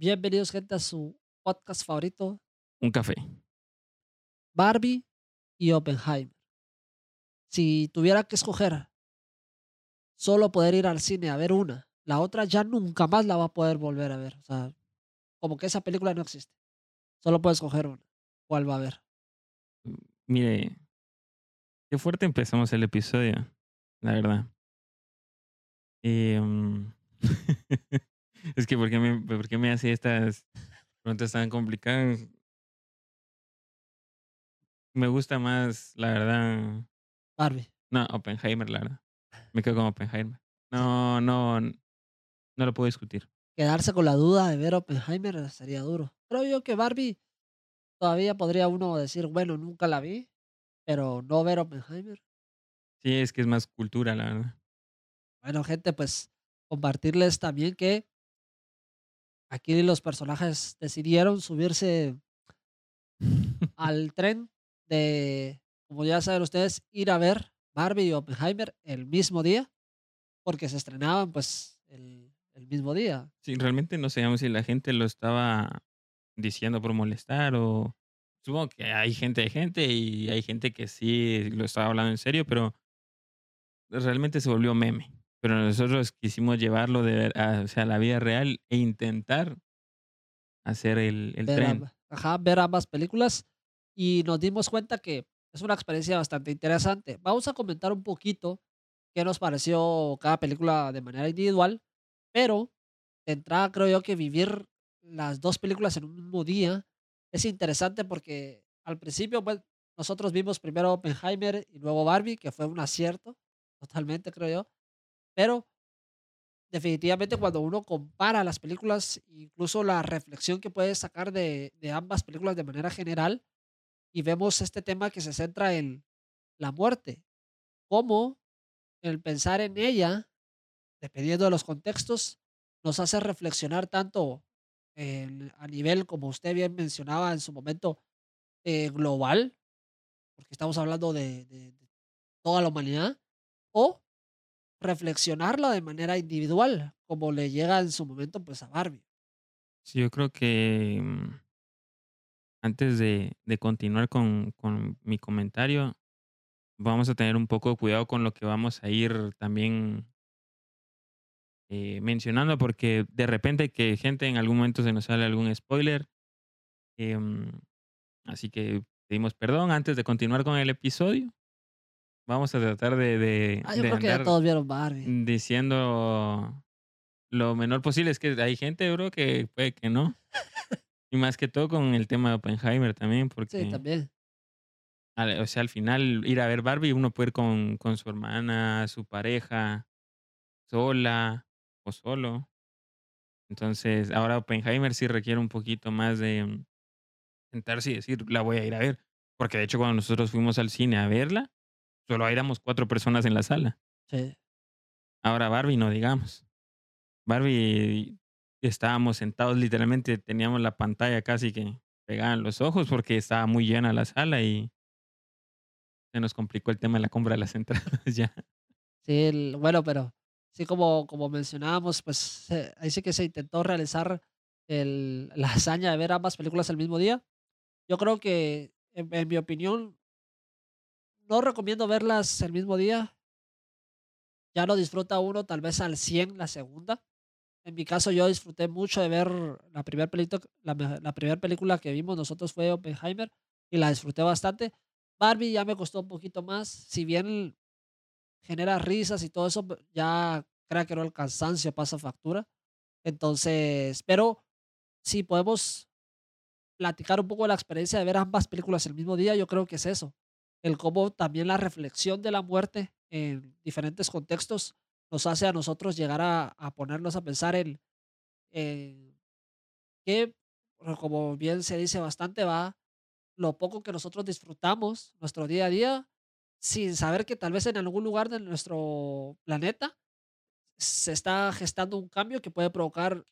Bienvenidos, gente, a su podcast favorito, Un café. Barbie y Oppenheimer. Si tuviera que escoger solo poder ir al cine a ver una, la otra ya nunca más la va a poder volver a ver. O sea, como que esa película no existe. Solo puedes escoger una. ¿Cuál va a ver? Mire, qué fuerte empezamos el episodio, la verdad. Em, es que ¿por qué me hace estas preguntas tan complicadas? Me gusta más, la verdad. Barbie. No, Oppenheimer, la verdad. Me quedo con Oppenheimer. Sí. No, no, no lo puedo discutir. Quedarse con la duda de ver Oppenheimer sería duro. Creo yo que Barbie todavía podría uno decir, bueno, nunca la vi, pero no ver Oppenheimer. Sí, es que es más cultura, la verdad. Bueno, gente, pues compartirles también que aquí los personajes decidieron subirse al tren de, como ya saben ustedes, ir a ver Barbie y Oppenheimer el mismo día, porque se estrenaban pues el mismo día. Sí, realmente no sabíamos si la gente lo estaba diciendo por molestar o supongo que hay gente y hay gente que sí lo estaba hablando en serio, pero realmente se volvió meme. Pero nosotros quisimos llevarlo o sea, a la vida real e intentar hacer el Ver tren. ambas, ajá, ver ambas películas y nos dimos cuenta que es una experiencia bastante interesante. Vamos a comentar un poquito qué nos pareció cada película de manera individual, pero de entrada creo yo que vivir las 2 películas en un mismo día es interesante porque al principio, pues, nosotros vimos primero Oppenheimer y luego Barbie, que fue un acierto, totalmente, creo yo, pero definitivamente cuando uno compara las películas, incluso la reflexión que puedes sacar de ambas películas de manera general, y vemos este tema que se centra en la muerte, cómo el pensar en ella, dependiendo de los contextos, nos hace reflexionar tanto a nivel, como usted bien mencionaba en su momento, global, porque estamos hablando de toda la humanidad, o reflexionarla de manera individual, como le llega en su momento pues a Barbie. Sí, yo creo que antes de continuar con mi comentario, vamos a tener un poco de cuidado con lo que vamos a ir también mencionando, porque de repente que gente en algún momento se nos sale algún spoiler. em, Así que pedimos perdón antes de continuar con el episodio. Vamos a tratar Yo de creo que ya andar todos vieron Barbie. diciendo lo menor posible. Es que hay gente, bro, que puede que no. Y más que todo con el tema de Oppenheimer también, Sí, porque, también. o sea, al final ir a ver Barbie, uno puede ir con su hermana, su pareja, sola o solo. Entonces, ahora Oppenheimer sí requiere un poquito más de sentarse y decir, la voy a ir a ver. Porque de hecho, cuando nosotros fuimos al cine a verla, solo éramos 4 personas en la sala. Sí. Ahora Barbie no digamos. Barbie estábamos sentados, literalmente teníamos la pantalla casi que pegada en los ojos porque estaba muy llena la sala y se nos complicó el tema de la compra de las entradas ya. Sí, bueno, pero sí, como mencionábamos, pues ahí sí que se intentó realizar la hazaña de ver ambas películas el mismo día. Yo creo que, en mi opinión, no recomiendo verlas el mismo día. Ya no disfruta uno tal vez al 100 la segunda. En mi caso, yo disfruté mucho de ver la primer película que vimos nosotros fue Oppenheimer y la disfruté bastante. Barbie ya me costó un poquito más, si bien genera risas y todo eso, ya creo que no el cansancio pasa factura. Entonces, pero si podemos platicar un poco de la experiencia de ver ambas películas el mismo día, yo creo que es eso. El cómo también la reflexión de la muerte en diferentes contextos nos hace a nosotros llegar a ponernos a pensar en que, como bien se dice bastante, va lo poco que nosotros disfrutamos nuestro día a día sin saber que tal vez en algún lugar de nuestro planeta se está gestando un cambio que puede provocar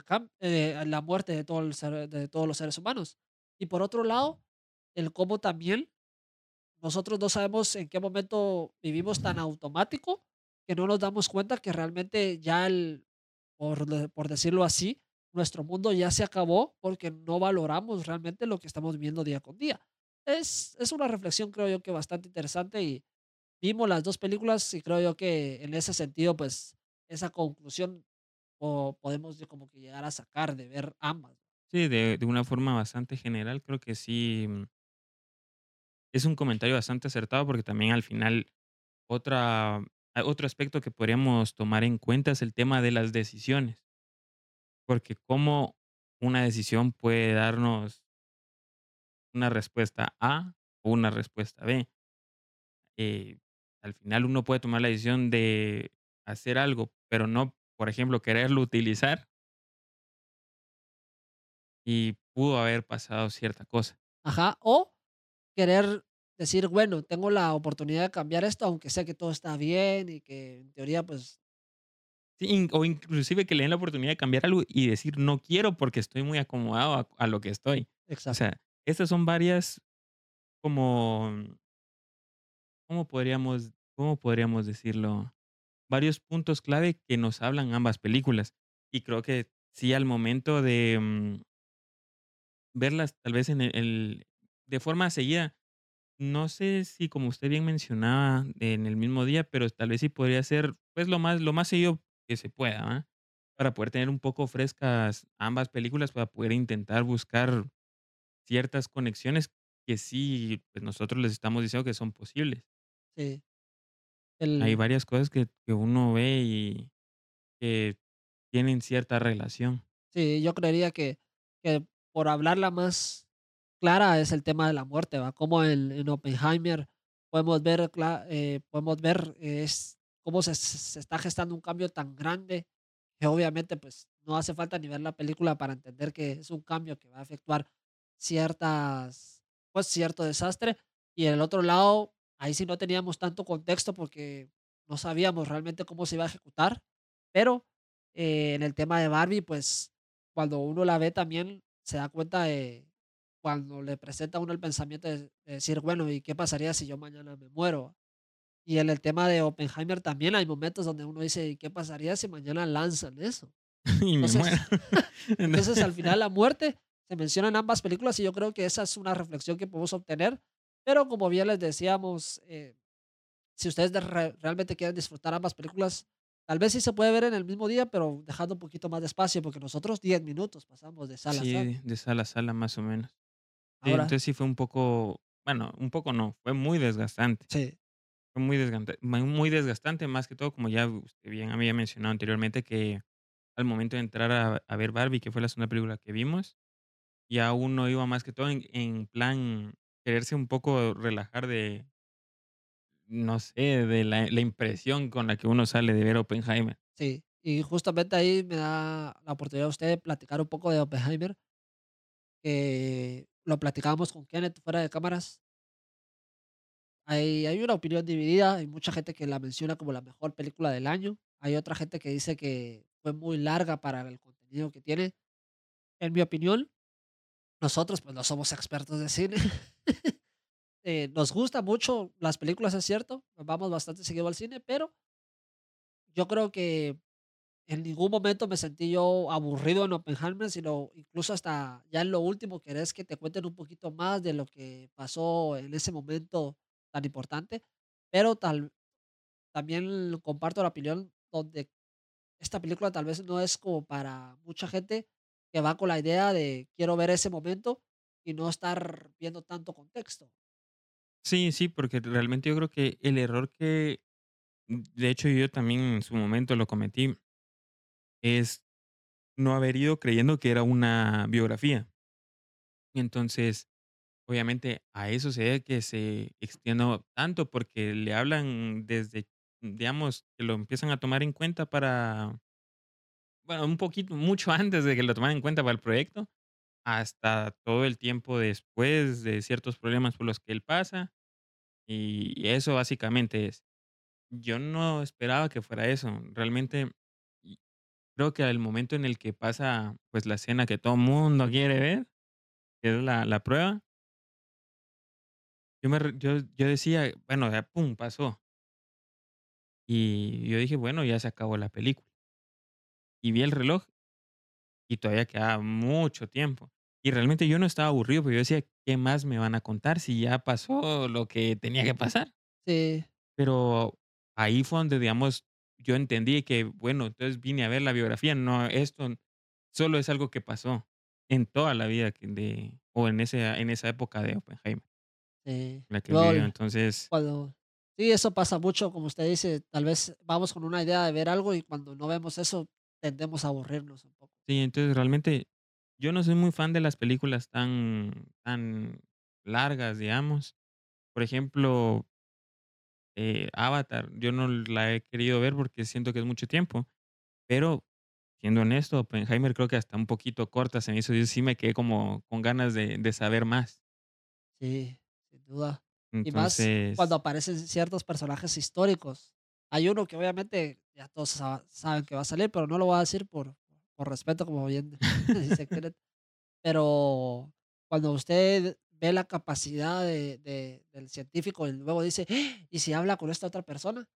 la muerte de, de todos los seres humanos. Y por otro lado, el cómo también nosotros no sabemos en qué momento vivimos tan automático que no nos damos cuenta que realmente ya, por decirlo así, nuestro mundo ya se acabó porque no valoramos realmente lo que estamos viviendo día con día. Es una reflexión, creo yo, que bastante interesante y vimos las 2 películas y creo yo que en ese sentido, pues, esa conclusión podemos de como que llegar a sacar de ver ambas. Sí, de una forma bastante general, creo que sí, es un comentario bastante acertado, porque también al final otro aspecto que podríamos tomar en cuenta es el tema de las decisiones, porque cómo una decisión puede darnos una respuesta A o una respuesta B. Eh, Al final uno puede tomar la decisión de hacer algo, pero no, por ejemplo, quererlo utilizar y pudo haber pasado cierta cosa. Ajá, o querer decir, bueno, tengo la oportunidad de cambiar esto, aunque sé que todo está bien y que en teoría, pues Sí, o inclusive que le den la oportunidad de cambiar algo y decir: "No quiero porque estoy muy acomodado a lo que estoy". O exacto, sea, estas son varias como, ¿cómo podríamos decirlo? Varios puntos clave que nos hablan ambas películas. Y creo que sí, al momento de, verlas tal vez de forma seguida, no sé si, como usted bien mencionaba, en el mismo día, pero tal vez sí podría ser, pues, lo más seguido que se pueda, ¿va? Para poder tener un poco frescas ambas películas, para poder intentar buscar ciertas conexiones que sí, pues, nosotros les estamos diciendo que son posibles. sí. Hay El varias cosas que uno ve y que tienen cierta relación. Sí, yo creería que por hablarla más clara es el tema de la muerte, ¿va? Como en Oppenheimer podemos ver es cómo se está gestando un cambio tan grande que obviamente pues no hace falta ni ver la película para entender que es un cambio que va a efectuar cierto desastre. Y en el otro lado, ahí sí no teníamos tanto contexto porque no sabíamos realmente cómo se iba a ejecutar, pero en el tema de Barbie, pues cuando uno la ve también se da cuenta de cuando le presenta a uno el pensamiento de decir, bueno, ¿y qué pasaría si yo mañana me muero? Y en el tema de Oppenheimer también hay momentos donde uno dice, ¿y qué pasaría si mañana lanzan eso? Y me muero. Entonces, entonces al final la muerte se menciona en ambas películas y yo creo que esa es una reflexión que podemos obtener, pero como bien les decíamos, si ustedes realmente quieren disfrutar ambas películas, tal vez sí se puede ver en el mismo día, pero dejando un poquito más de espacio, porque nosotros 10 minutos pasamos de sala a sala. Sí, de sala a sala, más o menos. Sí, Ahora, entonces sí fue un poco, bueno, un poco no, fue muy desgastante. sí, Fue muy desgastante, más que todo, como ya usted bien había mencionado anteriormente, que al momento de entrar a ver Barbie, que fue la segunda película que vimos, ya uno iba más que todo en plan quererse un poco relajar de, no sé, de la impresión con la que uno sale de ver Oppenheimer. sí. Y justamente ahí me da la oportunidad a usted de platicar un poco de Oppenheimer, que lo platicábamos con Kenneth fuera de cámaras. Hay una opinión dividida, hay mucha gente que la menciona como la mejor película del año, hay otra gente que dice que fue muy larga para el contenido que tiene. En mi opinión, nosotros pues no somos expertos de cine. Nos gusta mucho las películas, es cierto, vamos bastante seguido al cine, pero yo creo que en ningún momento me sentí yo aburrido en Oppenheimer, sino incluso hasta ya en lo último querés que te cuenten un poquito más de lo que pasó en ese momento tan importante, pero también comparto la opinión donde esta película tal vez no es como para mucha gente que va con la idea de quiero ver ese momento y no estar viendo tanto contexto. Sí, sí, porque realmente yo creo que el error que, de hecho, yo también en su momento lo cometí, es no haber ido creyendo que era una biografía. Entonces, obviamente, a eso se debe que se extienda tanto, porque le hablan desde, digamos, que lo empiezan a tomar en cuenta para, bueno, un poquito, mucho antes de que lo tomaran en cuenta para el proyecto, hasta todo el tiempo después de ciertos problemas por los que él pasa. Y eso básicamente es. Yo no esperaba que fuera eso. Realmente, y creo que al momento en el que pasa, pues, la escena que todo mundo quiere ver, que es la prueba, yo decía: "Bueno, ya pum, pasó". Y yo dije: "Bueno, ya se acabó la película". Y vi el reloj y todavía quedaba mucho tiempo. Y realmente yo no estaba aburrido, pero yo decía: "¿Qué más me van a contar si ya pasó lo que tenía que pasar?". Sí, Pero ahí fue donde, digamos, yo entendí que, bueno, entonces vine a ver la biografía, no, esto solo es algo que pasó en toda la vida o en esa época de Oppenheimer, sí. la que él Luego vivió. Entonces, cuando sí, eso pasa mucho, como usted dice, tal vez vamos con una idea de ver algo y cuando no vemos eso tendemos a aburrirnos un poco. sí, entonces realmente yo no soy muy fan de las películas tan largas, digamos. Por ejemplo, Avatar, yo no la he querido ver porque siento que es mucho tiempo, pero siendo honesto, Oppenheimer creo que hasta un poquito corta se me hizo, yo sí me quedé como con ganas de saber más. Sí, sin duda. Y más cuando Entonces, aparecen ciertos personajes históricos. Hay uno que obviamente ya todos saben que va a salir, pero no lo voy a decir por respeto, como bien dice Kenneth. Pero cuando usted ve la capacidad del científico y luego dice: "¡Ah! ¿Y si habla con esta otra persona?".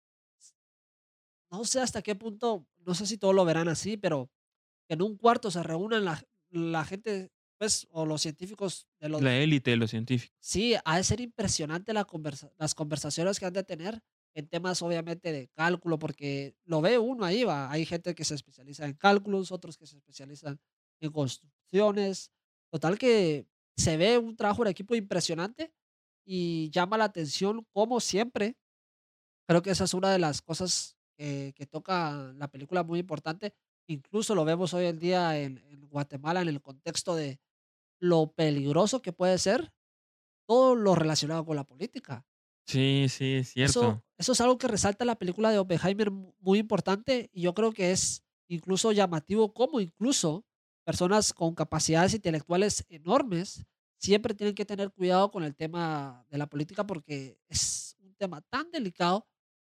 No sé hasta qué punto, no sé si todos lo verán así, pero que en un cuarto se reúnan la gente, pues, o los científicos de la los. élite de los científicos. Sí, ha de ser impresionante las conversaciones que han de tener en temas, obviamente, de cálculo, porque lo ve uno ahí, va. Hay gente que se especializa en cálculos, otros que se especializan en construcciones. Total que se ve un trabajo en equipo impresionante y llama la atención, como siempre. Creo que esa es una de las cosas que toca la película muy importante. Incluso lo vemos hoy en día en Guatemala, en el contexto de lo peligroso que puede ser todo lo relacionado con la política. Sí, sí, es cierto. Eso es algo que resalta la película de Oppenheimer muy importante y yo creo que es incluso llamativo como incluso personas con capacidades intelectuales enormes siempre tienen que tener cuidado con el tema de la política porque es un tema tan delicado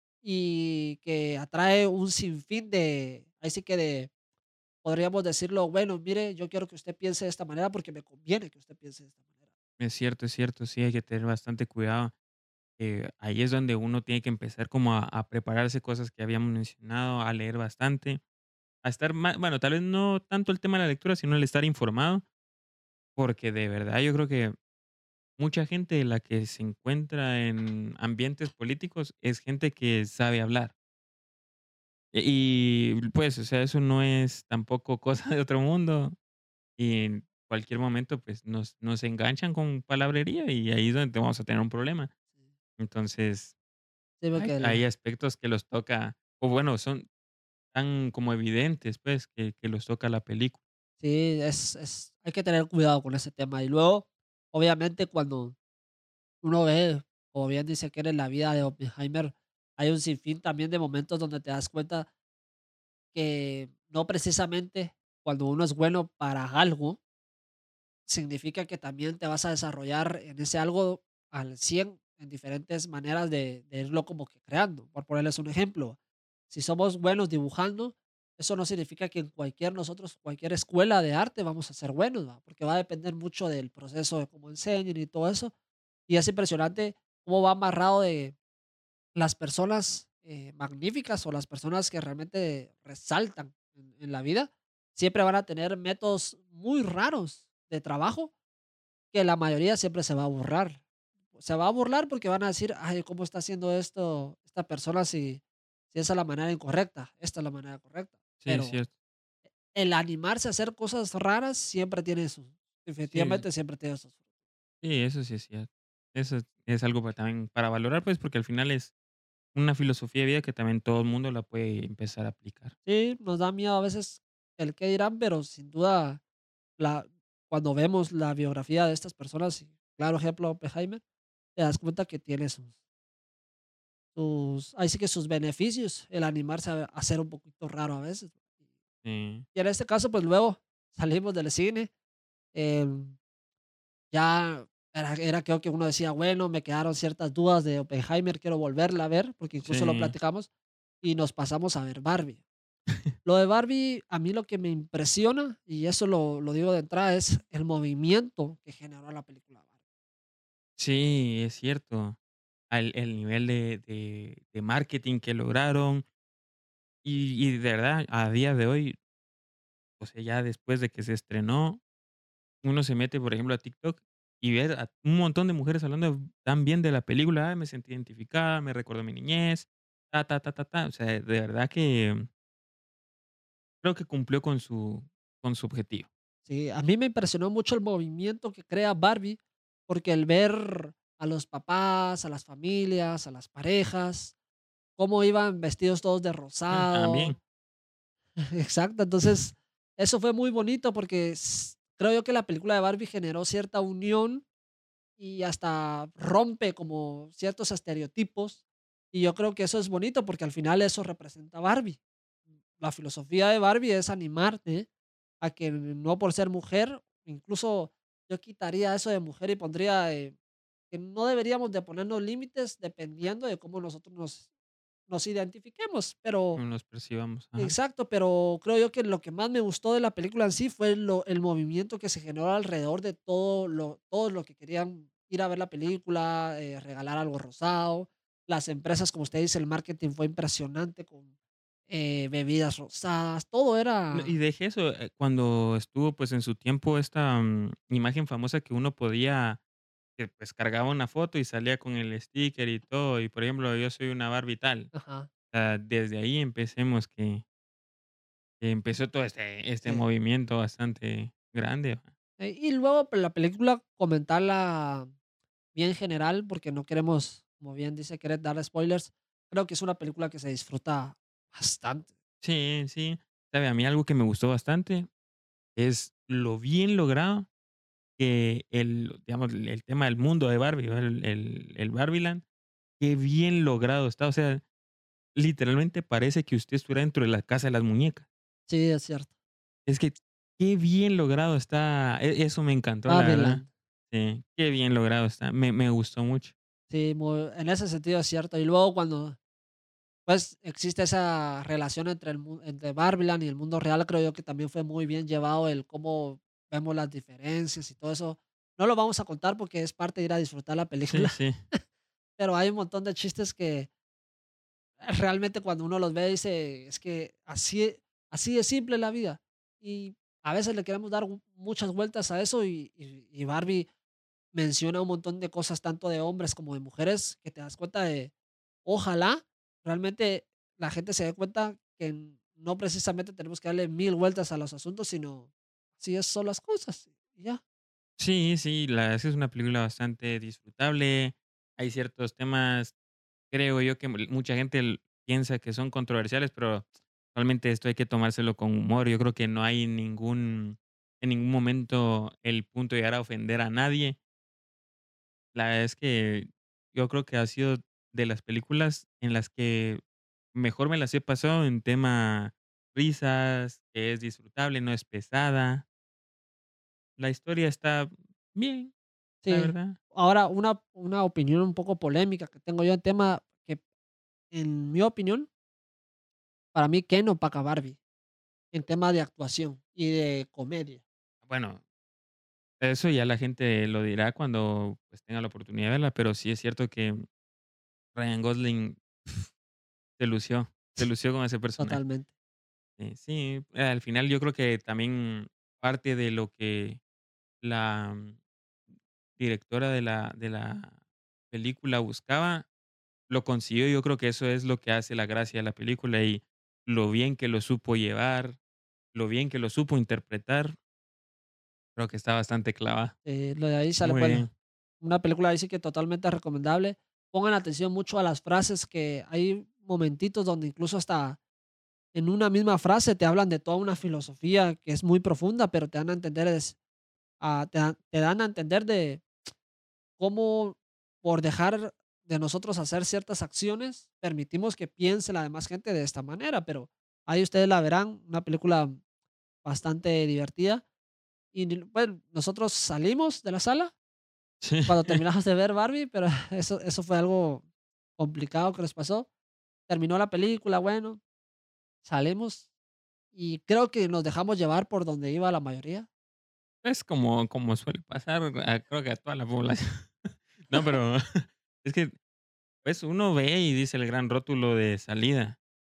y que atrae un sinfín de, ahí sí que de, podríamos decirlo, bueno, mire, yo quiero que usted piense de esta manera porque me conviene que usted piense de esta manera. Es cierto, sí, hay que tener bastante cuidado. Ahí es donde uno tiene que empezar como a prepararse cosas que habíamos mencionado, a leer bastante, a estar más, bueno, tal vez no tanto el tema de la lectura, sino el estar informado, porque de verdad yo creo que mucha gente de la que se encuentra en ambientes políticos es gente que sabe hablar. Y pues, o sea, eso no es tampoco cosa de otro mundo. Y en cualquier momento, pues nos enganchan con palabrería y ahí es donde vamos a tener un problema. Sí, Entonces, sí, porque hay aspectos que los toca, o bueno, son tan como evidentes, pues, que los toca la película. sí, hay que tener cuidado con ese tema. Y luego, obviamente, cuando uno ve, como bien dice que en la vida de Oppenheimer, hay un sinfín también de momentos donde te das cuenta que no precisamente cuando uno es bueno para algo, significa que también te vas a desarrollar en ese algo al 100 en diferentes maneras de irlo como que creando. Por ponerles un ejemplo, si somos buenos dibujando, eso no significa que en cualquier escuela de arte vamos a ser buenos, ¿va? Porque va a depender mucho del proceso de cómo enseñen y todo eso. Y es impresionante cómo va amarrado de las personas magníficas o las personas que realmente resaltan en la vida, siempre van a tener métodos muy raros de trabajo que la mayoría siempre se va a burlar. Se va a burlar porque van a decir, ay, ¿cómo está haciendo esto esta persona si esa es la manera incorrecta? Esta es la manera correcta. Sí, es Pero cierto. el animarse a hacer cosas raras siempre tiene sus, Sí, efectivamente siempre tiene sus. sí, eso sí es cierto. Eso es algo también para valorar, pues, porque al final es una filosofía de vida que también todo el mundo la puede empezar a aplicar. Sí, nos da miedo a veces el qué dirán, pero sin duda la, cuando vemos la biografía de estas personas, y claro ejemplo Oppenheimer, te das cuenta que tiene ahí sí que sus beneficios, el animarse a ser un poquito raro a veces. Sí, Y en este caso, pues luego salimos del cine, em, ya era creo que uno decía, bueno, me quedaron ciertas dudas de Oppenheimer, quiero volverla a ver, porque incluso lo sí. platicamos, y nos pasamos a ver Barbie. Lo de Barbie, a mí lo que me impresiona, y eso lo digo de entrada, es el movimiento que generó la película Barbie. Sí, es cierto. El nivel de marketing que lograron y de verdad, a día de hoy o sea, ya después de que se estrenó, uno se mete, por ejemplo, a TikTok y ve a un montón de mujeres hablando tan bien de la película: "Ay, me sentí identificada, me recordó mi niñez, ta, ta, ta, ta, ta". O sea, de verdad que creo que cumplió con su objetivo. Sí, a mí me impresionó mucho el movimiento que crea Barbie, porque el ver a los papás, a las familias, a las parejas, cómo iban vestidos todos de rosado. También. Exacto, entonces eso fue muy bonito porque creo yo que la película de Barbie generó cierta unión y hasta rompe como ciertos estereotipos. Y yo creo que eso es bonito porque al final eso representa a Barbie. La filosofía de Barbie es animarte a que no por ser mujer, incluso yo quitaría eso de mujer y pondría que no deberíamos de ponernos límites dependiendo de cómo nosotros nos identifiquemos, pero Como nos percibamos, ajá. exacto, pero creo yo que lo que más me gustó de la película en sí fue el movimiento que se generó alrededor de todo lo que querían ir a ver la película, regalar algo rosado. Las empresas, como usted dice, el marketing fue impresionante con bebidas rosadas, todo No, y era deje eso, cuando estuvo, pues, en su tiempo esta, imagen famosa que uno podía que, pues, cargaba una foto y salía con el sticker y todo, y por ejemplo, yo soy una Barbie tal. ajá, O sea, desde ahí empecemos que empezó todo este sí. movimiento bastante grande. Y luego, pues, la película comentarla bien general, porque no queremos, como bien dice, querer dar spoilers. Creo que es una película que se disfruta bastante. Sí, sí. Sabe, a mí algo que me gustó bastante es lo bien logrado que digamos, el tema del mundo de Barbie, ¿verdad? El Barbieland, qué bien logrado está. O sea, literalmente parece que usted estuviera dentro de la casa de las muñecas. Sí, es cierto. Es que qué bien logrado está. Eso me encantó, la verdad. Babylon. Sí, qué bien logrado está. Me gustó mucho. Sí, en ese sentido es cierto. Y luego cuando pues existe esa relación entre entre Babylon y el mundo real, creo yo que también fue muy bien llevado el cómo vemos las diferencias y todo eso. No lo vamos a contar porque es parte de ir a disfrutar la Sí, película, sí. pero hay un montón de chistes que realmente cuando uno los ve dice, es que así es simple la vida. Y a veces le queremos dar muchas vueltas a eso y Barbie menciona un montón de cosas, tanto de hombres como de mujeres, que te das cuenta de, ojalá realmente la gente se dé cuenta que no precisamente tenemos que darle mil vueltas a los asuntos, sino así son las cosas. Y ya. Sí, sí, la verdad es que es una película bastante disfrutable. Hay ciertos temas, creo yo, que mucha gente piensa que son controversiales, pero realmente esto hay que tomárselo con humor. Yo creo que no hay en ningún momento el punto de llegar a ofender a nadie. La verdad es que yo creo que ha sido de las películas en las que mejor me las he pasado en tema risas, que es disfrutable, no es pesada. La historia está bien, la Sí. verdad. Ahora, una opinión un poco polémica que tengo yo en tema que, en mi opinión, para mí Ken opaca a Barbie en tema de actuación y de comedia. Bueno, eso ya la gente lo dirá cuando, pues, tenga la oportunidad de verla, pero sí es cierto que Ryan Gosling se lució con ese personaje. Totalmente. Sí, al final yo creo que también parte de lo que la directora de la película buscaba, lo consiguió. Yo creo que eso es lo que hace la gracia de la película y lo bien que lo supo llevar, lo bien que lo supo interpretar, creo que está bastante clavada. Lo de ahí sale, Muy bueno, bien. una película ahí sí que totalmente recomendable. Pongan atención mucho a las frases que hay momentitos donde incluso hasta en una misma frase te hablan de toda una filosofía que es muy profunda, pero te dan a entender te dan a entender de cómo por dejar de nosotros hacer ciertas acciones, permitimos que piense la demás gente de esta manera, pero ahí ustedes la verán, una película bastante divertida. Y bueno, nosotros salimos de la sala Sí. cuando terminamos de ver Barbie, pero eso fue algo complicado que nos pasó. Terminó la película, bueno, salimos y creo que nos dejamos llevar por donde iba la mayoría. Es como suele pasar, creo que a toda la población. No, pero es que, pues, uno ve y dice el gran rótulo de salida,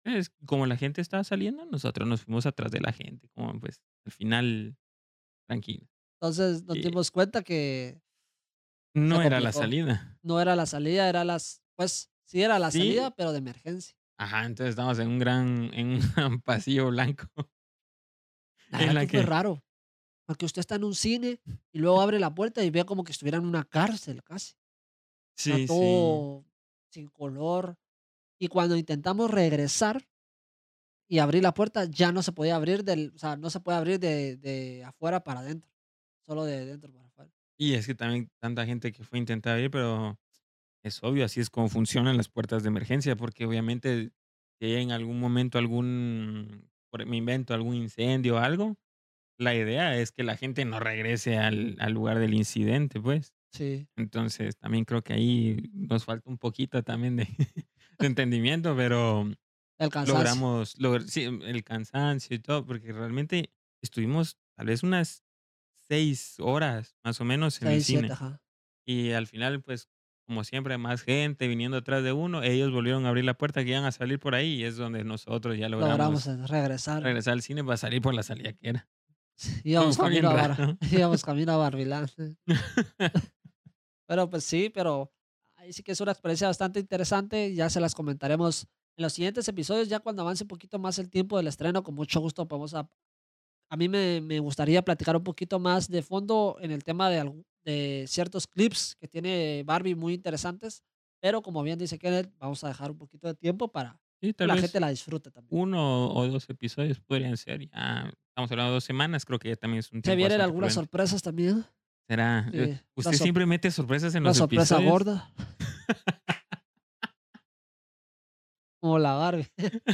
Es como la gente estaba saliendo, nosotros nos fuimos atrás de la gente, como pues al final tranquilo. Entonces nos Y dimos cuenta que se no era la complicó. salida. No era la salida, era pues sí era la Sí, salida, pero de emergencia. ajá, entonces estábamos en un gran pasillo blanco La en verdad la que fue que raro, porque usted está en un cine y luego abre la puerta y ve como que estuviera en una cárcel casi. O sea, sí, sí. todo sin color. Y cuando intentamos regresar y abrir la puerta, ya no se podía abrir o sea, no se puede abrir de afuera para adentro, solo de dentro para afuera. Y es que también tanta gente que fue a intentar ir, pero es obvio, así es como funcionan las puertas de emergencia, porque obviamente si hay en algún momento me invento, algún incendio o algo, la idea es que la gente no regrese al lugar del incidente, pues. Sí, Entonces, también creo que ahí nos falta un poquito también de de entendimiento, pero el cansancio. sí, el cansancio y todo, porque realmente estuvimos tal vez unas 6 horas, más o menos, en el 6 7 cine. ajá. Y al final, pues, como siempre, más gente viniendo atrás de uno, ellos volvieron a abrir la puerta que iban a salir por ahí, y es donde nosotros ya Logramos, logramos regresar. regresar al cine para salir por la salida que era. Íbamos Fue camino bien a raro. íbamos camino a Barbilán. Pero, pues sí, pero ahí sí que es una experiencia bastante interesante, ya se las comentaremos en los siguientes episodios, ya cuando avance un poquito más el tiempo del estreno, con mucho gusto podemos a mí me gustaría platicar un poquito más de fondo en el tema de ciertos clips que tiene Barbie muy interesantes, pero como bien dice Kenneth, vamos a dejar un poquito de tiempo para Sí, que tal la vez gente la disfrute también. 1 o 2 episodios podrían ser, ya estamos hablando de 2 semanas, creo que ya también es un Se tiempo vienen bastante algunas prudente. sorpresas también, Será, sí, ¿usted siempre mete sorpresas en una los sorpresa episodios? gorda, como la Barbie.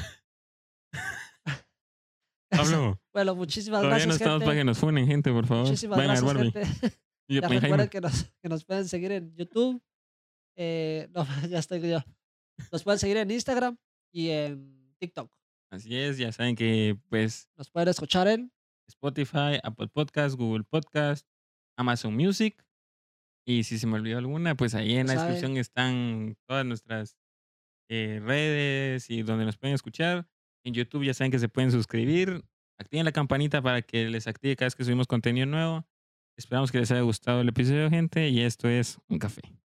Eso. Pablo, Bueno, muchísimas todavía no gracias, estamos para gente. que nos funen, gente, por favor. Muchísimas Vayan a ver gracias, Barbie gente. y Ya recuerden Oppenheimer. que nos pueden seguir en YouTube. No, ya estoy yo. Nos pueden seguir en Instagram y en TikTok. Así es, ya saben que, pues, Nos pueden escuchar en Spotify, Apple Podcast, Google Podcast, Amazon Music. Y si se me olvidó alguna, pues ahí en ya la saben, descripción están todas nuestras redes y donde nos pueden escuchar. En YouTube ya saben que se pueden suscribir. Activen la campanita para que les active cada vez que subimos contenido nuevo. Esperamos que les haya gustado el episodio, gente. Y esto es Un Café.